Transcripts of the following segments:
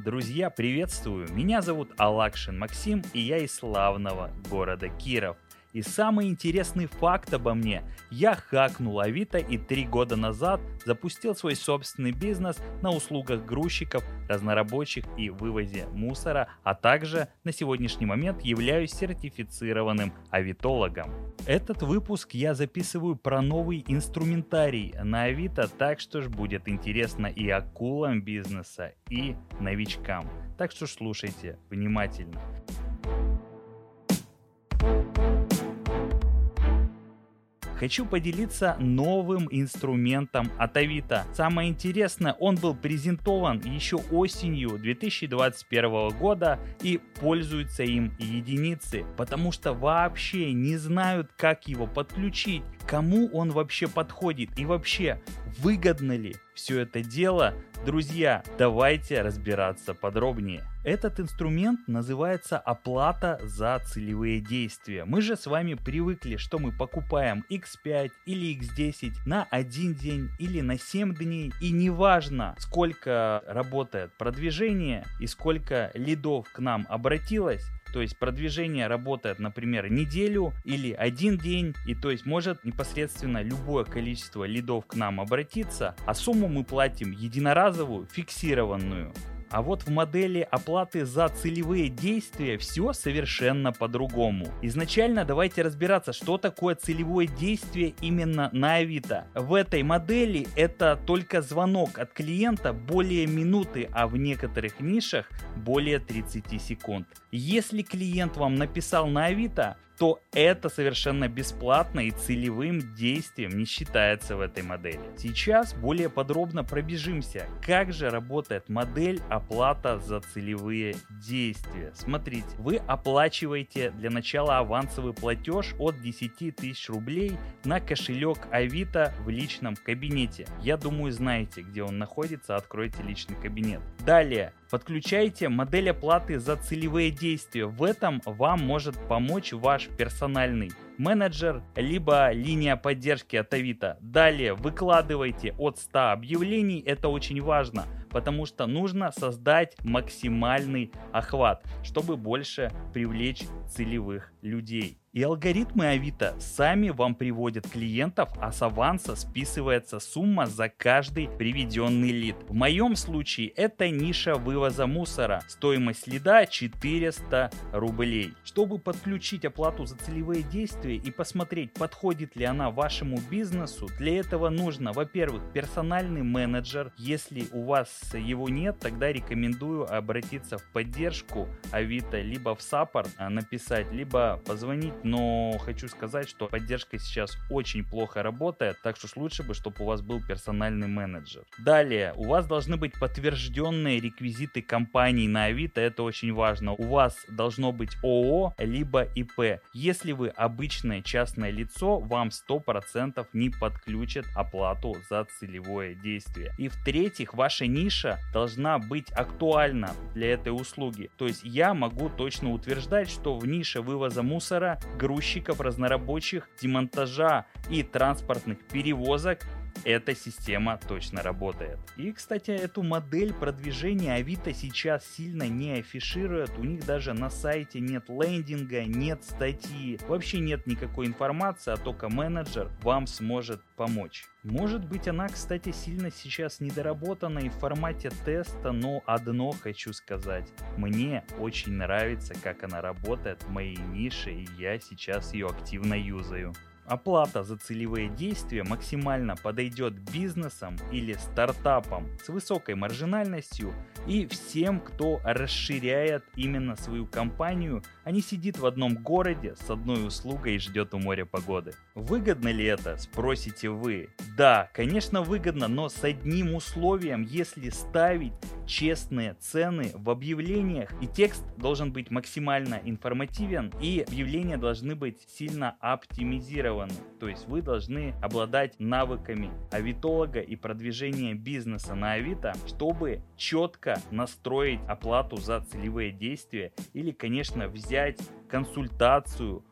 Друзья, приветствую! Меня зовут Алакшин Максим, и я из славного города Киров. И самый интересный факт обо мне: я хакнул Авито и 3 года назад запустил свой собственный бизнес на услугах грузчиков, разнорабочих и вывозе мусора, а также на сегодняшний момент являюсь сертифицированным авитологом. Этот выпуск я записываю про новый инструментарий на Авито, так что ж будет интересно и акулам бизнеса, и новичкам. Так что слушайте внимательно. Хочу поделиться новым инструментом от Авито. Самое интересное, он был презентован еще осенью 2021 года и пользуются им единицы, потому что вообще не знают, как его подключить, кому он вообще подходит и вообще выгодно ли все это дело. Друзья, давайте разбираться подробнее. Этот инструмент называется оплата за целевые действия. Мы же с вами привыкли, что мы покупаем X5 или X10 на 1 день или на 7 дней. И неважно, сколько работает продвижение и сколько лидов к нам обратилось. То есть продвижение работает, например, неделю или 1 день, и то есть может непосредственно любое количество лидов к нам обратиться, а сумму мы платим единоразовую, фиксированную. А вот в модели оплаты за целевые действия все совершенно по-другому. Изначально давайте разбираться, что такое целевое действие именно на Авито. В этой модели это только звонок от клиента более минуты, а в некоторых нишах более 30 секунд. Если клиент вам написал на Авито, то это совершенно бесплатно и целевым действием не считается в этой модели. Сейчас более подробно пробежимся, как же работает модель оплата за целевые действия. Смотрите, вы оплачиваете для начала авансовый платеж от 10 тысяч рублей на кошелек Авито в личном кабинете. Я думаю, знаете, где он находится, откройте личный кабинет. Далее подключайте модель оплаты за целевые действия. В этом вам может помочь ваш персональный менеджер, либо линия поддержки от Авито. Далее выкладывайте от 100 объявлений, это очень важно, потому что нужно создать максимальный охват, чтобы больше привлечь целевых людей. И алгоритмы Авито сами вам приводят клиентов, а с аванса списывается сумма за каждый приведенный лид. В моем случае это ниша вывоза мусора. Стоимость лида 400 рублей. Чтобы подключить оплату за целевые действия и посмотреть, подходит ли она вашему бизнесу, для этого нужно, во-первых, персональный менеджер. Если у вас его нет, тогда рекомендую обратиться в поддержку Авито, либо в саппорт написать, либо позвонить. Но хочу сказать, что поддержка сейчас очень плохо работает, так что лучше бы, чтобы у вас был персональный менеджер. Далее, у вас должны быть подтвержденные реквизиты компании на Авито, это очень важно. У вас должно быть ООО, либо ИП. Если вы обычное частное лицо, вам 100% не подключат оплату за целевое действие. И в-третьих, ваша ниша должна быть актуальна для этой услуги. То есть я могу точно утверждать, что в нише вывоза мусора, грузчиков, разнорабочих, демонтажа и транспортных перевозок эта система точно работает. И, кстати, эту модель продвижения Авито сейчас сильно не афиширует. У них даже на сайте нет лендинга, нет статьи, вообще нет никакой информации, а только менеджер вам сможет помочь. Может быть, она, кстати, сильно сейчас недоработана и в формате теста, но одно хочу сказать. Мне очень нравится, как она работает в моей нише, и я сейчас ее активно юзаю. Оплата за целевые действия максимально подойдет бизнесам или стартапам с высокой маржинальностью и всем, кто расширяет именно свою компанию, а не сидит в одном городе с одной услугой и ждет у моря погоды. Выгодно ли это, спросите вы? Да, конечно выгодно, но с одним условием: если ставить честные цены в объявлениях, и текст должен быть максимально информативен, и объявления должны быть сильно оптимизированы. То есть вы должны обладать навыками авитолога и продвижения бизнеса на Авито, чтобы четко настроить оплату за целевые действия или, конечно, взять консультацию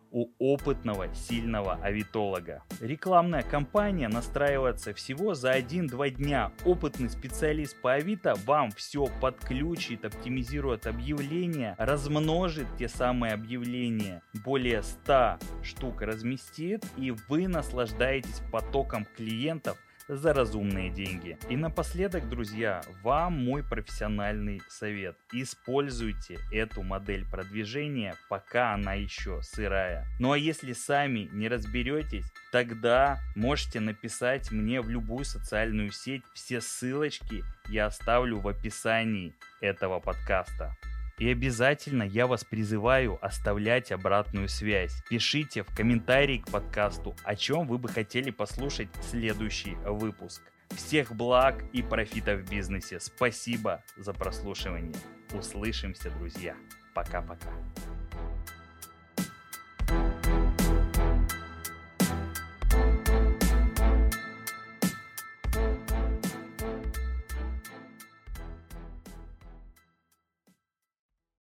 у опытного, сильного авитолога. Рекламная кампания настраивается всего за 1-2 дня. Опытный специалист по Авито вам все подключит, оптимизирует объявления, размножит те самые объявления, более 100 штук разместит, и вы наслаждаетесь потоком клиентов за разумные деньги. И напоследок, друзья, вам мой профессиональный совет. Используйте эту модель продвижения, пока она еще сырая. Ну а если сами не разберетесь, тогда можете написать мне в любую социальную сеть. Все ссылочки я оставлю в описании этого подкаста. И обязательно я вас призываю оставлять обратную связь. Пишите в комментарии к подкасту, о чем вы бы хотели послушать следующий выпуск. Всех благ и профита в бизнесе. Спасибо за прослушивание. Услышимся, друзья. Пока-пока.